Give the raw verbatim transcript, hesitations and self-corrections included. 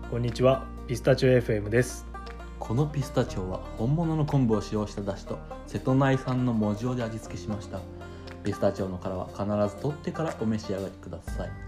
こんにちは、ピスタチオ エフエム です。 このピスタチオは本物の昆布を使用しただしと瀬戸内産の藻塩で味付けしました。ピスタチオの殻は必ず取ってからお召し上がりください。